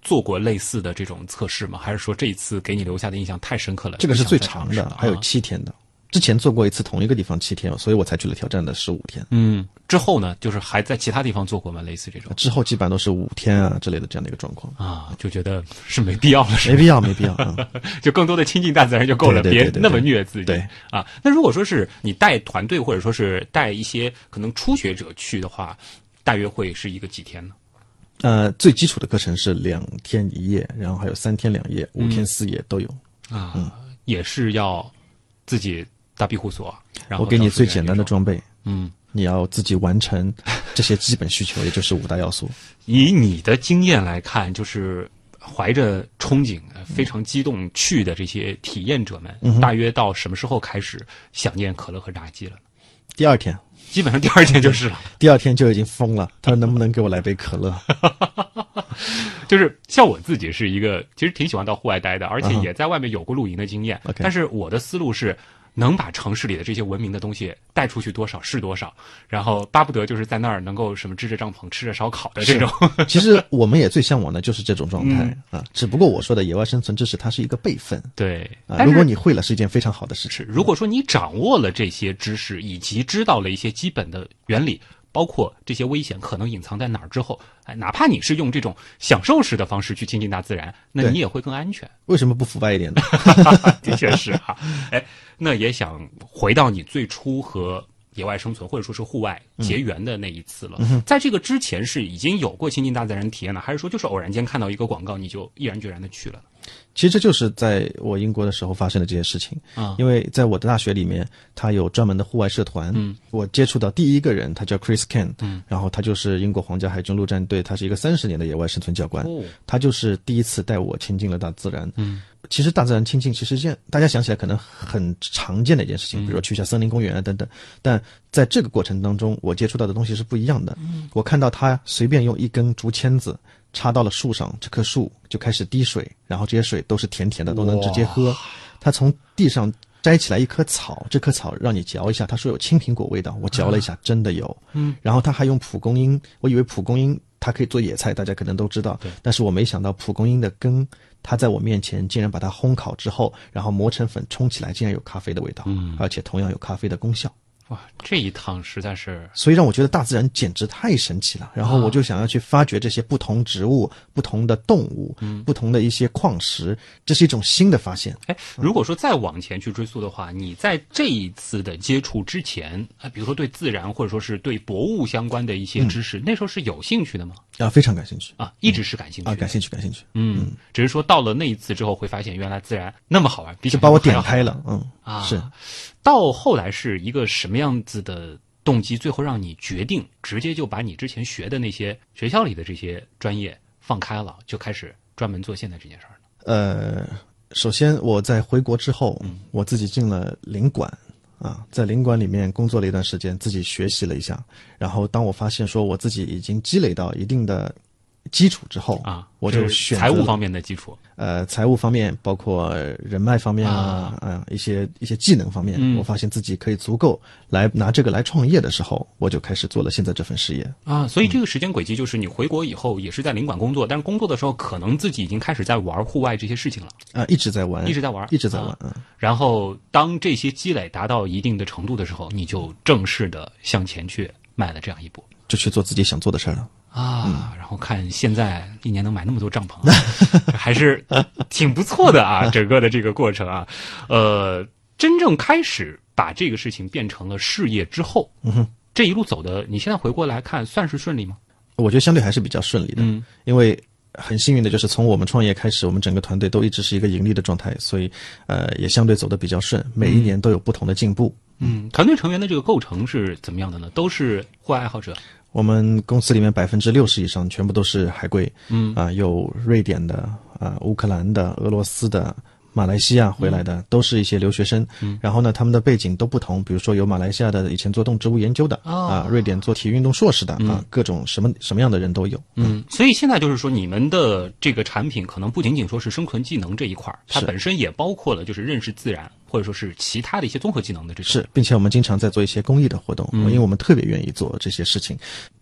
做过类似的这种测试吗？还是说这一次给你留下的印象太深刻了？ 这个是最长的， 的还有七天的。之前做过一次同一个地方七天，所以我才去了挑战的十五天。 嗯，之后呢，就是还在其他地方做过吗？类似这种？ 之后基本上都是五天啊之类的这样的一个状况啊，就觉得是没必要了，是没必要，没必要，嗯、 就更多的亲近大自然就够了， 对对对对对别那么虐自己。 对啊，那如果说是你带团队，或者说是带一些可能初学者去的话，大约会是一个几天呢？ 呃，最基础的课程是两天一夜，然后还有三天两夜、五天四夜都有。 啊， 嗯， 也是要自己搭庇护所，然后我给你最简单的装备， 嗯， 你要自己完成这些基本需求，也就是五大要素。 以你的经验来看，就是怀着憧憬、非常激动去的这些体验者们， 嗯、 大约到什么时候开始想念可乐和炸鸡了呢？ 第二天。 基本上第二天就是了， 第二天就已经疯了。他说能不能给我来杯可乐？ 就是像我自己是一个其实挺喜欢到户外待的，而且也在外面有过露营的经验。 Uh-huh. 但是我的思路是，能把城市里的这些文明的东西带出去多少是多少，然后巴不得就是在那儿能够什么支着帐篷吃着烧烤的这种。 其实我们也最向往的就是这种状态、 嗯、 啊，只不过我说的野外生存知识它是一个备份。 对、 啊，如果你会了是一件非常好的事情。 如果说你掌握了这些知识，以及知道了一些基本的原理，包括这些危险可能隐藏在哪儿之后，哎，哪怕你是用这种享受式的方式去亲近大自然，那你也会更安全。 为什么不腐败一点呢？ 的确是哈。哎，那也想回到你最初和野外生存或者说是户外结缘的那一次了、嗯、在这个之前是已经有过亲近大自然体验呢，还是说就是偶然间看到一个广告你就毅然决然的去了？ 其实这就是在我英国的时候发生的这些事情啊，因为在我的大学里面，他有专门的户外社团。嗯，我接触到第一个人，他叫 Chris Ken， 嗯，然后他就是英国皇家海军陆战队，他是一个三十年的野外生存教官。哦，他就是第一次带我亲近了大自然。嗯，其实大自然亲近，其实现大家想起来可能很常见的一件事情，比如说去一下森林公园啊等等，但在这个过程当中，我接触到的东西是不一样的。嗯，我看到他随便用一根竹签子插到了树上，这棵树就开始滴水，然后这些水都是甜甜的，都能直接喝。他从地上摘起来一棵草，这棵草让你嚼一下，他说有青苹果味道，我嚼了一下，啊、真的有。嗯，然后他还用蒲公英，我以为蒲公英它可以做野菜，大家可能都知道，但是我没想到蒲公英的根，他在我面前竟然把它烘烤之后，然后磨成粉冲起来，竟然有咖啡的味道，嗯，而且同样有咖啡的功效。 哇，这一趟实在是， 所以让我觉得大自然简直太神奇了。然后我就想要去发掘这些不同植物、不同的动物、嗯、不同的一些矿石，这是一种新的发现。 哎，如果说再往前去追溯的话，你在这一次的接触之前，啊，比如说对自然或者说是对博物相关的一些知识，嗯、那时候是有兴趣的吗？ 啊，非常感兴趣啊，一直是感兴趣、 嗯、啊，感兴趣，感兴趣。 嗯，嗯只是说到了那一次之后，会发现原来自然那么好玩，比就把我点开了。嗯啊， 是。 到后来是一个什么样子的动机，最后让你决定直接就把你之前学的那些学校里的这些专业放开了，就开始专门做现在这件事儿呢？ 呃，首先我在回国之后，嗯、我自己进了领馆啊，在领馆里面工作了一段时间，自己学习了一下。然后当我发现说我自己已经积累到一定的基础之后啊， 我就选择财务方面的基础， 呃，财务方面，包括人脉方面啊，啊、呃，一些一些技能方面、嗯，我发现自己可以足够来拿这个来创业的时候，我就开始做了现在这份事业啊。所以这个时间轨迹就是你回国以后也是在领馆工作，但是工作的时候可能自己已经开始在玩户外这些事情了啊，一直在玩， 一直在玩， 一直在玩。嗯、 啊，然后当这些积累达到一定的程度的时候，你就正式的向前去迈了这样一步， 就去做自己想做的事了。 啊、嗯，然后看现在一年能买那么多帐篷、啊，还是挺不错的啊！整个的这个过程啊，呃，真正开始把这个事情变成了事业之后，嗯哼，这一路走的，你现在回过来看，算是顺利吗？ 我觉得相对还是比较顺利的，嗯，因为很幸运的就是从我们创业开始，我们整个团队都一直是一个盈利的状态，所以呃，也相对走得比较顺，每一年都有不同的进步。 嗯，团队成员的这个构成是怎么样的呢？都是户外爱好者。 我们公司里面百分之六十以上全部都是海归，嗯啊、呃，有瑞典的啊、呃、乌克兰的、俄罗斯的、马来西亚回来的，嗯、都是一些留学生。嗯，然后呢，他们的背景都不同，比如说有马来西亚的以前做动植物研究的，啊、哦呃，瑞典做体育运动硕士的，嗯、啊，各种什么什么样的人都有。 嗯，所以现在就是说，你们的这个产品可能不仅仅说是生存技能这一块，它本身也包括了就是认识自然。或者说是其他的一些综合技能的这种是，并且我们经常在做一些公益的活动，嗯、因为我们特别愿意做这些事情。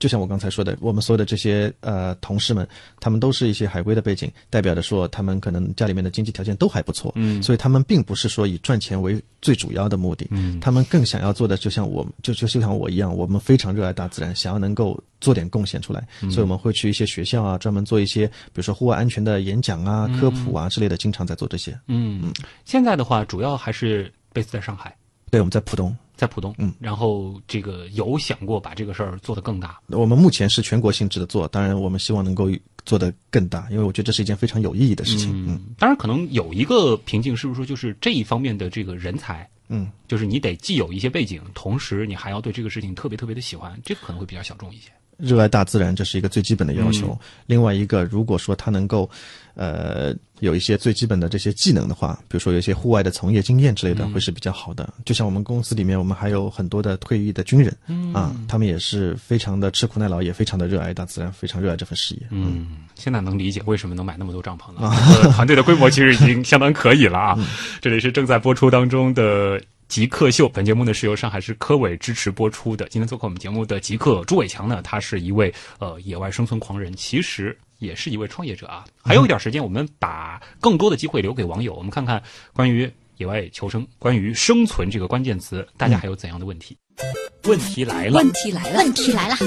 就像我刚才说的，我们所有的这些呃同事们，他们都是一些海归的背景，代表着说他们可能家里面的经济条件都还不错，嗯，所以他们并不是说以赚钱为最主要的目的，嗯，他们更想要做的，就像我就就就像我一样，我们非常热爱大自然，想要能够做点贡献出来，嗯，所以我们会去一些学校啊，专门做一些，比如说户外安全的演讲啊、嗯、科普啊之类的，经常在做这些。 嗯嗯，现在的话，主要还是 base 在上海。 对，我们在浦东。 在浦东，嗯，然后这个有想过把这个事儿做得更大。 我们目前是全国性质的做，当然我们希望能够做得更大，因为我觉得这是一件非常有意义的事情。嗯， 嗯当然可能有一个瓶颈，是不是说就是这一方面的这个人才， 嗯， 就是你得既有一些背景，同时你还要对这个事情特别特别的喜欢，这个可能会比较小众一些。 热爱大自然，这是一个最基本的要求。嗯、另外一个，如果说他能够，呃，有一些最基本的这些技能的话，比如说有一些户外的从业经验之类的，会是比较好的。嗯、就像我们公司里面，我们还有很多的退役的军人，嗯、啊，他们也是非常的吃苦耐劳，也非常的热爱大自然，非常热爱这份事业。 嗯，嗯现在能理解为什么能买那么多帐篷了。啊、团队的规模其实已经相当可以了啊。嗯、这里是正在播出当中的极客秀，本节目呢是由上海市科委支持播出的。今天做客我们节目的极客朱伟强呢，他是一位呃野外生存狂人，其实也是一位创业者啊。还有一点时间，我们把更多的机会留给网友，我们看看关于野外求生、关于生存这个关键词，大家还有怎样的问题？嗯、问题来了， 问题来了，问题来了。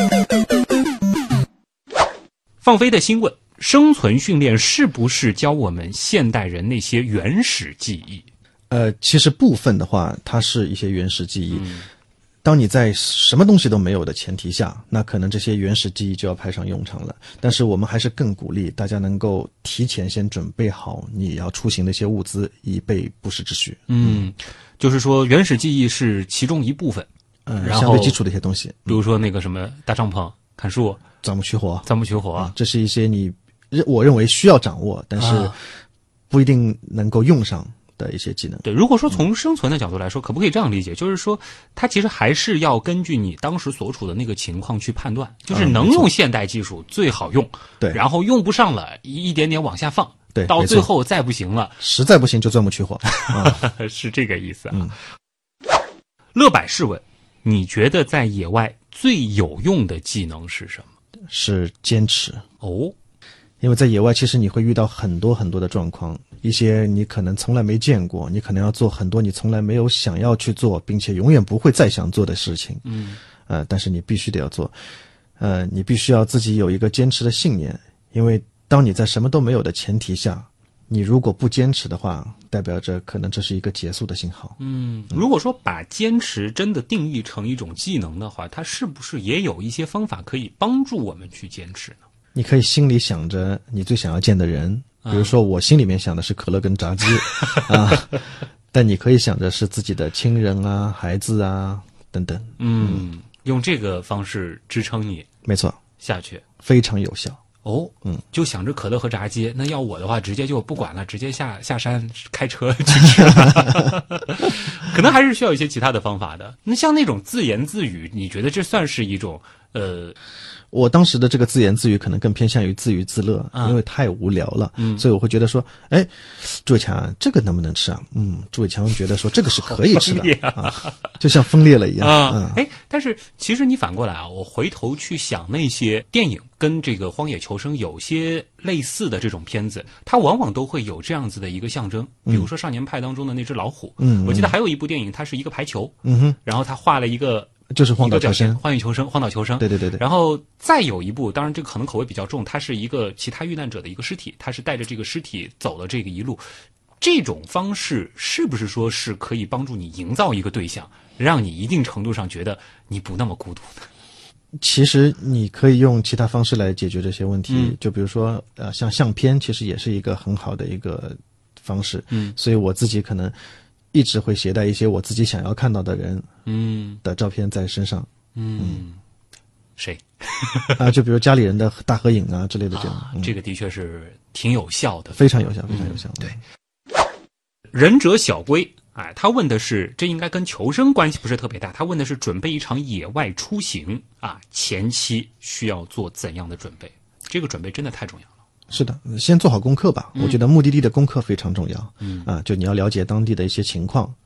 放飞的新问：生存训练是不是教我们现代人那些原始记忆？ 呃，其实部分的话，它是一些原始记忆。嗯、当你在什么东西都没有的前提下，那可能这些原始记忆就要派上用场了。但是我们还是更鼓励大家能够提前先准备好你要出行的一些物资，以备不时之需。 嗯，就是说原始记忆是其中一部分， 嗯，然后相对基础的一些东西， 比如说那个什么搭帐篷、砍树、 钻木取火、 钻木取火、 啊，这是一些你我认为需要掌握，但是不一定能够用上的一些技能。 对，如果说从生存的角度来说，可不可以这样理解？就是说，它其实还是要根据你当时所处的那个情况去判断，就是能用现代技术最好用， 对， 然后用不上了，一点点往下放， 对， 到最后再不行了， 实在不行就钻木取火， 啊、是这个意思啊。嗯、乐百试问，你觉得在野外最有用的技能是什么？ 是坚持哦。 因为在野外，其实你会遇到很多很多的状况，一些你可能从来没见过，你可能要做很多你从来没有想要去做，并且永远不会再想做的事情。嗯，呃，但是你必须得要做，呃，你必须要自己有一个坚持的信念，因为当你在什么都没有的前提下，你如果不坚持的话，代表着可能这是一个结束的信号。 嗯，如果说把坚持真的定义成一种技能的话，它是不是也有一些方法可以帮助我们去坚持呢？ 你可以心里想着你最想要见的人，比如说我心里面想的是可乐跟炸鸡啊，但你可以想着是自己的亲人啊、孩子啊等等。 嗯，嗯用这个方式支撑你， 没错， 下去非常有效。 哦，嗯，就想着可乐和炸鸡，那要我的话，直接就不管了，直接下下山开车去吃了。可能还是需要一些其他的方法的。那像那种自言自语，你觉得这算是一种呃？ 我当时的这个自言自语可能更偏向于自娱自乐，啊、因为太无聊了，嗯，所以我会觉得说，哎，朱伟强，这个能不能吃啊？嗯，朱伟强觉得说这个是可以吃的，啊啊、就像分裂了一样啊。哎、嗯，但是其实你反过来啊，我回头去想那些电影跟这个《荒野求生》有些类似的这种片子，它往往都会有这样子的一个象征，比如说《少年派》当中的那只老虎，嗯，我记得还有一部电影，它是一个排球，嗯哼，然后他画了一个。 就是荒岛求生， 荒野求生，荒岛求生。 对对对对。 然后再有一部，当然这个可能口味比较重，它是一个其他遇难者的一个尸体，他是带着这个尸体走了这个一路。这种方式是不是说是可以帮助你营造一个对象，让你一定程度上觉得你不那么孤独呢？ 其实你可以用其他方式来解决这些问题，嗯、就比如说呃，像相片，其实也是一个很好的一个方式。嗯，所以我自己可能。一直会携带一些我自己想要看到的人，嗯，的照片在身上， 嗯，嗯谁啊？就比如家里人的大合影啊之类的这种、 啊嗯，这个的确是挺有效的， 非常有效，非常有效。 嗯、对，忍者小龟，哎，他问的是，这应该跟求生关系不是特别大，他问的是准备一场野外出行啊，前期需要做怎样的准备？这个准备真的太重要了。 是的，先做好功课吧。嗯、我觉得目的地的功课非常重要。嗯啊，就你要了解当地的一些情况，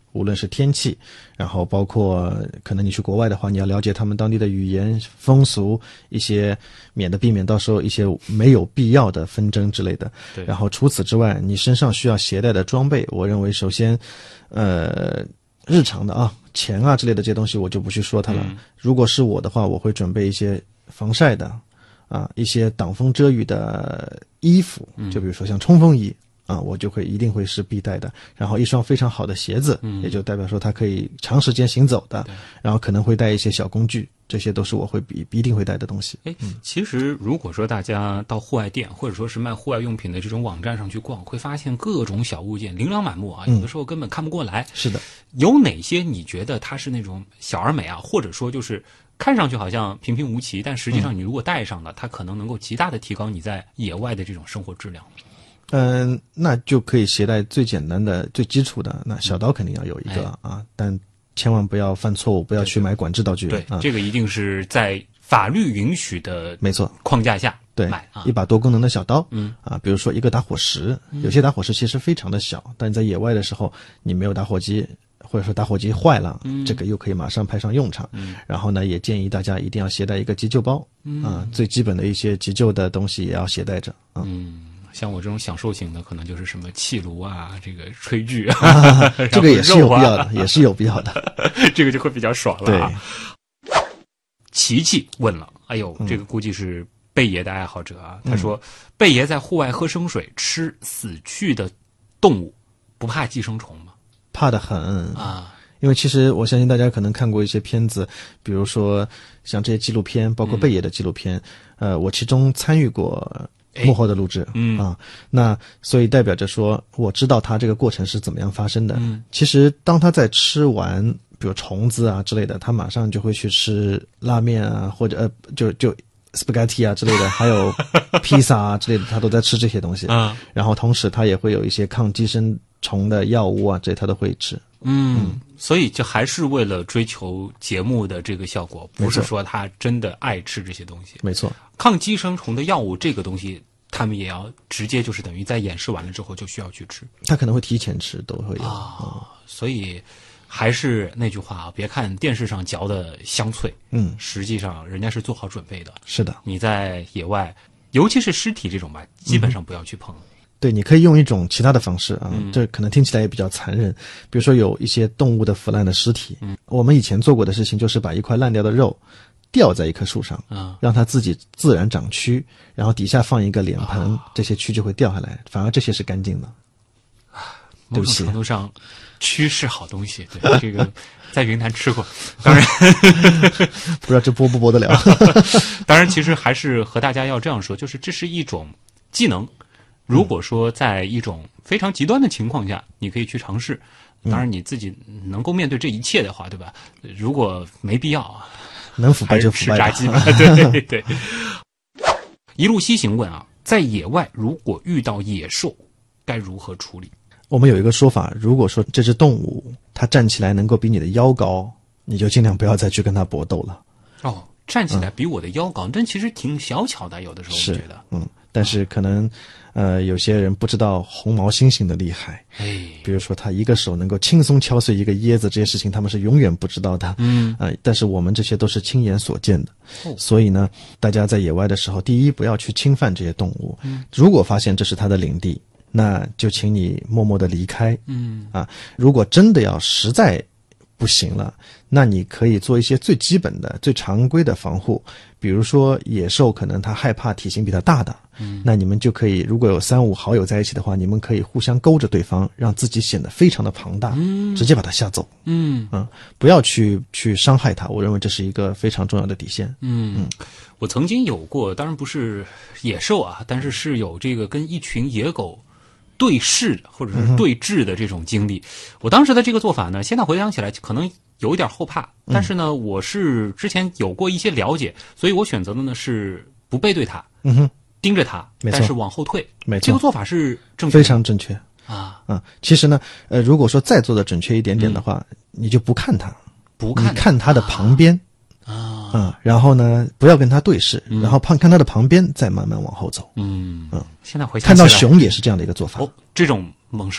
无论是天气，然后包括可能你去国外的话，你要了解他们当地的语言风俗，一些免得避免到时候一些没有必要的纷争之类的。 对。 然后除此之外，你身上需要携带的装备，我认为首先呃日常的啊钱啊之类的这些东西我就不去说它了、嗯、如果是我的话，我会准备一些防晒的啊一些挡风遮雨的衣服，就比如说像冲锋衣啊，我就会一定会是必带的。然后一双非常好的鞋子，嗯，也就代表说它可以长时间行走的。然后可能会带一些小工具，这些都是我会必一定会带的东西。 哎，其实如果说大家到户外店或者说是卖户外用品的这种网站上去逛，会发现各种小物件琳琅满目啊，有的时候根本看不过来。 嗯、是的， 有哪些你觉得它是那种小而美啊，或者说就是看上去好像平平无奇，但实际上你如果带上了，它可能能够极大的提高你在野外的这种生活质量。 嗯、呃，那就可以携带最简单的、最基础的。那小刀肯定要有一个、哎、啊，但千万不要犯错误，不要去买管制道具。 对， 啊、 这个一定是在法律允许的没错框架下对买啊。 一把多功能的小刀， 嗯啊，比如说一个打火石，有些打火石其实非常的小，但在野外的时候你没有打火机，或者说打火机坏了、嗯、这个又可以马上派上用场、嗯、然后呢也建议大家一定要携带一个急救包、嗯、啊，最基本的一些急救的东西也要携带着啊。 嗯，像我这种享受型的可能就是什么气炉啊，这个炊具啊，啊这个也是有必要的也是有必要的这个就会比较爽了啊。琪琪问了，哎呦，这个估计是贝爷的爱好者啊、嗯、他说贝爷在户外喝生水吃死去的动物不怕寄生虫吗？ 怕得很啊， 因为其实我相信大家可能看过一些片子，比如说像这些纪录片，包括贝爷的纪录片、嗯、呃，我其中参与过幕后的录制， 嗯啊，那所以代表着说我知道他这个过程是怎么样发生的。 嗯， 其实当他在吃完比如虫子啊之类的，他马上就会去吃拉面啊，或者呃就就 spaghetti 啊之类的，还有披萨啊之类的，他都在吃这些东西。 啊， 然后同时他也会有一些抗寄生虫的药物啊，这他都会吃。 嗯, 嗯，所以就还是为了追求节目的这个效果，不是说他真的爱吃这些东西。 没错， 抗寄生虫的药物这个东西，他们也要直接就是等于在演示完了之后就需要去吃。 他可能会提前吃，都会有啊、嗯。所以还是那句话啊，别看电视上嚼的香脆， 嗯， 实际上人家是做好准备的。 是的， 你在野外，尤其是尸体这种吧，基本上不要去碰。嗯， 对，你可以用一种其他的方式啊， 嗯、 这可能听起来也比较残忍。比如说有一些动物的腐烂的尸体， 嗯， 我们以前做过的事情就是把一块烂掉的肉吊在一棵树上， 啊， 让它自己自然长蛆，然后底下放一个脸盆，啊、这些蛆就会掉下来，反而这些是干净的。对不起， 某种程度上，蛆是好东西。对，这个在云南吃过，当然不知道这播不播得了。 当然，其实还是和大家要这样说，就是这是一种技能。如果说在一种非常极端的情况下，你可以去尝试。当然，你自己能够面对这一切的话，对吧？如果没必要啊， 能腐败就腐败， 吃炸鸡吧。对对。一路西行问啊，在野外如果遇到野兽，该如何处理？ 我们有一个说法，如果说这只动物它站起来能够比你的腰高，你就尽量不要再去跟它搏斗了。 哦，站起来比我的腰高，嗯、但其实挺小巧的，有的时候我觉得， 嗯，但是可能，呃，有些人不知道红毛猩猩的厉害， 哎， 比如说他一个手能够轻松敲碎一个椰子，这些事情他们是永远不知道的， 嗯， 呃，但是我们这些都是亲眼所见的， 哦、 所以呢，大家在野外的时候，第一不要去侵犯这些动物， 嗯， 如果发现这是它的领地，那就请你默默地离开， 嗯， 啊，如果真的要实在不行了，那你可以做一些最基本的、最常规的防护，比如说野兽可能它害怕体型比它大的， 嗯， 那你们就可以，如果有三五好友在一起的话，你们可以互相勾着对方，让自己显得非常的庞大， 嗯， 直接把它吓走， 嗯嗯，不要去去伤害它，我认为这是一个非常重要的底线。 嗯嗯，我曾经有过，当然不是野兽啊，但是是有这个跟一群野狗对视或者是对峙的这种经历，嗯，我当时的这个做法呢，现在回想起来可能有一点后怕，但是呢，嗯，我是之前有过一些了解，所以我选择的呢是不背对它， 嗯哼， 盯着它，但是往后退， 没错， 这个做法是正确的， 非常正确啊啊！其实呢，呃，如果说再做的准确一点点的话，嗯，你就不看它， 不看， 你看它的旁边。 啊啊，然后呢，不要跟他对视， 嗯， 然后看看他的旁边，再慢慢往后走。 嗯嗯， 现在回想看到熊也是这样的一个做法。 哦，这种猛兽，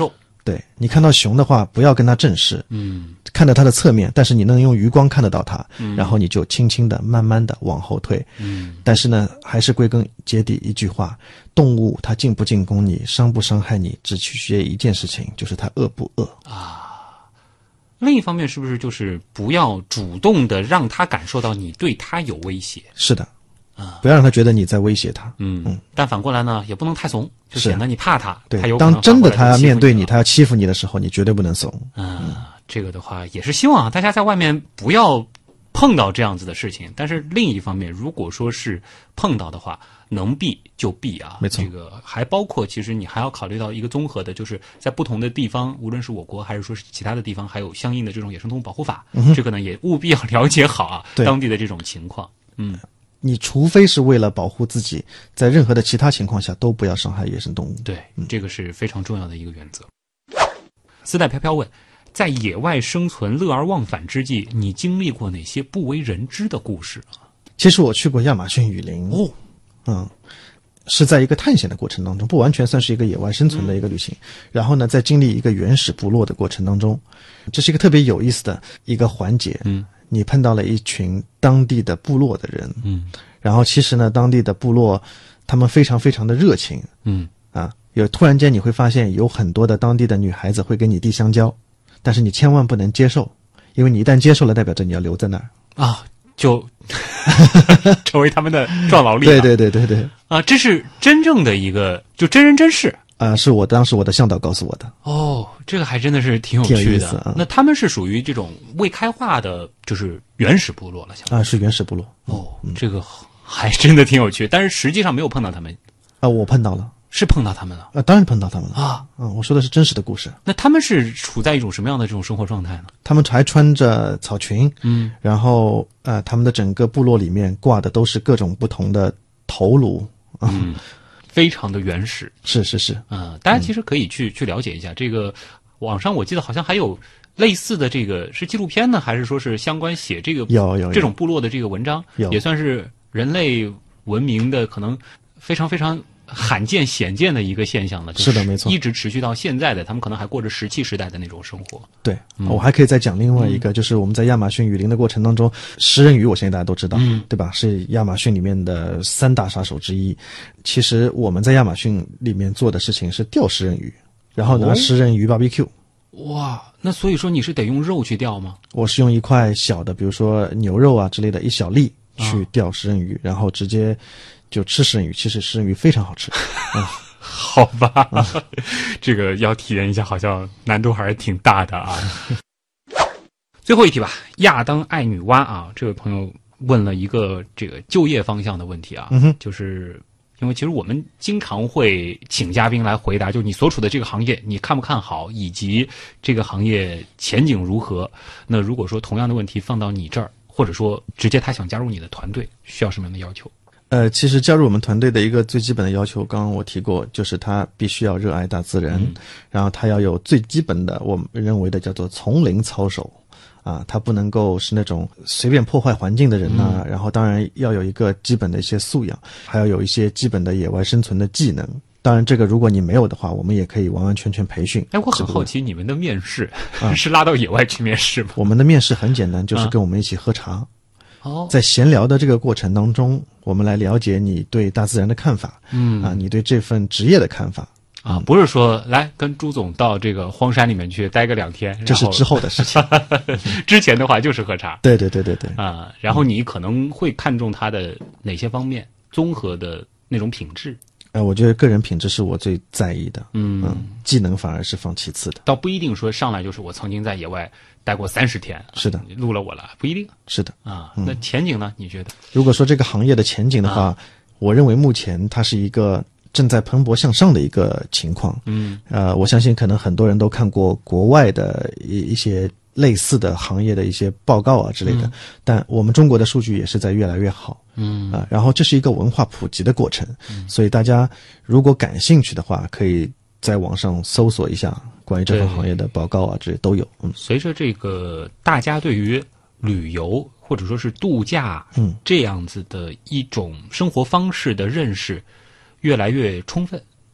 对，你看到熊的话，不要跟它正视， 嗯， 看到它的侧面，但是你能用余光看得到它， 嗯、 然后你就轻轻的、慢慢的往后退。 嗯， 但是呢，还是归根结底一句话：动物它进不进攻你，伤不伤害你，只取决于一件事情，就是它饿不饿啊。另一方面，是不是就是不要主动的让它感受到你对它有威胁？ 是的。不要让他觉得你在威胁他。 嗯嗯，但反过来呢，也不能太怂，就显得你怕他。 对， 他有可能当真的他要面对你， 他要欺负你的时候，你绝对不能怂。 嗯，嗯这个的话也是希望啊，大家在外面不要碰到这样子的事情。但是另一方面，如果说是碰到的话，能避就避啊。 没错， 这个还包括，其实你还要考虑到一个综合的，就是在不同的地方，无论是我国还是说是其他的地方，还有相应的这种野生动物保护法， 嗯、 这个呢也务必要了解好啊当地的这种情况。嗯。 你除非是为了保护自己，在任何的其他情况下都不要伤害野生动物。 对，嗯、这个是非常重要的一个原则。丝带飘飘问，在野外生存乐而忘返之际，你经历过哪些不为人知的故事啊？ 其实我去过亚马逊雨林哦， 嗯，是在一个探险的过程当中，不完全算是一个野外生存的一个旅行。嗯、然后呢，在经历一个原始部落的过程当中，这是一个特别有意思的一个环节。 嗯。 你碰到了一群当地的部落的人， 嗯， 然后其实呢，当地的部落他们非常非常的热情， 嗯啊，有突然间你会发现有很多的当地的女孩子会给你递香蕉，但是你千万不能接受，因为你一旦接受了，代表着你要留在那儿啊，就成为他们的壮劳力。 对对对对对， 啊，这是真正的一个就真人真事。 啊、呃，是我当时我的向导告诉我的。 哦，这个还真的是挺有趣的。 挺有意思啊。 那他们是属于这种未开化的，就是原始部落了，像啊，是原始部落。 哦，嗯、这个还真的挺有趣，但是实际上没有碰到他们。 啊，我碰到了， 是碰到他们了。 啊，当然碰到他们了啊。 嗯，我说的是真实的故事。 那他们是处在一种什么样的这种生活状态呢？ 他们还穿着草裙， 嗯， 然后呃，他们的整个部落里面挂的都是各种不同的头颅。 嗯。非常的原始， 是是是， 嗯、呃，大家其实可以去、嗯、去了解一下这个。网上我记得好像还有类似的这个是纪录片呢，还是说是相关写这个有有这种部落的这个文章，也算是人类文明的可能非常非常罕见显见的一个现象了。 是的，没错， 一直持续到现在的，他们可能还过着石器时代的那种生活。 对， 嗯、 我还可以再讲另外一个，嗯、就是我们在亚马逊雨林的过程当中，食人鱼，我相信大家都知道， 嗯、 对吧？是亚马逊里面的三大杀手之一。其实我们在亚马逊里面做的事情是钓食人鱼，然后拿哦食人鱼 B B Q。 哇，那所以说你是得用肉去钓吗？ 我是用一块小的，比如说牛肉啊之类的一小粒去钓食人鱼，啊、然后直接就吃食人鱼。其实食人鱼非常好吃。嗯好吧，啊、这个要体验一下，好像难度还是挺大的啊。最后一题吧，亚当爱女娲啊，这位朋友问了一个这个就业方向的问题啊， 嗯哼， 就是因为其实我们经常会请嘉宾来回答，就你所处的这个行业，你看不看好，以及这个行业前景如何。那如果说同样的问题放到你这儿，或者说直接他想加入你的团队，需要什么样的要求？ 呃，其实加入我们团队的一个最基本的要求，刚刚我提过，就是他必须要热爱大自然， 嗯、 然后他要有最基本的我们认为的叫做丛林操守，啊，他不能够是那种随便破坏环境的人呐、啊，嗯、然后当然要有一个基本的一些素养，还要有一些基本的野外生存的技能。当然，这个如果你没有的话，我们也可以完完全全培训。 哎，我很好奇，你们的面试、啊、是拉到野外去面试吗？ 我们的面试很简单，就是跟我们一起喝茶。 哦， 在闲聊的这个过程当中，我们来了解你对大自然的看法， 嗯啊，你对这份职业的看法啊，嗯、不是说来跟朱总到这个荒山里面去待个两天， 这是之后的事情。 之前的话就是喝茶。 对对对对对啊，然后你可能会看重他的哪些方面，综合的那种品质。 呃，我觉得个人品质是我最在意的， 嗯嗯，技能反而是放其次的。 倒不一定说上来就是我曾经在野外待过三十天， 是的， 录了我了，不一定。 是的啊，那前景呢？你觉得？ 如果说这个行业的前景的话， 啊、 我认为目前它是一个正在蓬勃向上的一个情况。 嗯， 呃，我相信可能很多人都看过国外的一一些类似的行业的一些报告啊之类的， 嗯、 但我们中国的数据也是在越来越好。 嗯啊，然后这是一个文化普及的过程， 嗯、 所以大家如果感兴趣的话，可以在网上搜索一下关于这份行业的报告啊，这些都有。嗯， 随着这个大家对于旅游或者说是度假， 嗯， 这样子的一种生活方式的认识越来越充分，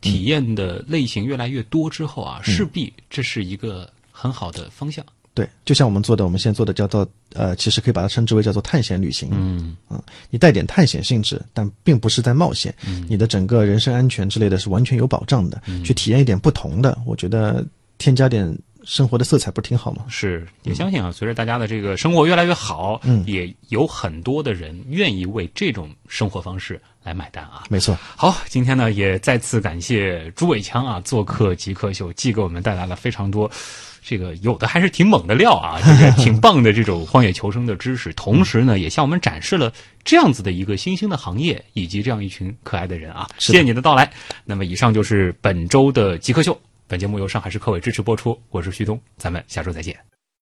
体验的类型越来越多之后啊，势必这是一个很好的方向。 对，就像我们做的，我们现在做的叫做呃，其实可以把它称之为叫做探险旅行。 嗯嗯，你带点探险性质，但并不是在冒险。嗯，你的整个人身安全之类的是完全有保障的。嗯，去体验一点不同的，我觉得添加点生活的色彩不是挺好吗？ 是，也相信啊，随着大家的这个生活越来越好，嗯，也有很多的人愿意为这种生活方式来买单啊。 没错。 好，今天呢也再次感谢朱伟强啊做客极客秀，既给我们带来了非常多。这个有的还是挺猛的料啊，这个挺棒的这种荒野求生的知识，同时呢，也向我们展示了这样子的一个新兴的行业，以及这样一群可爱的人啊。谢谢你的到来。那么以上就是本周的极客秀，本节目由上海市科委支持播出，我是旭东，咱们下周再见。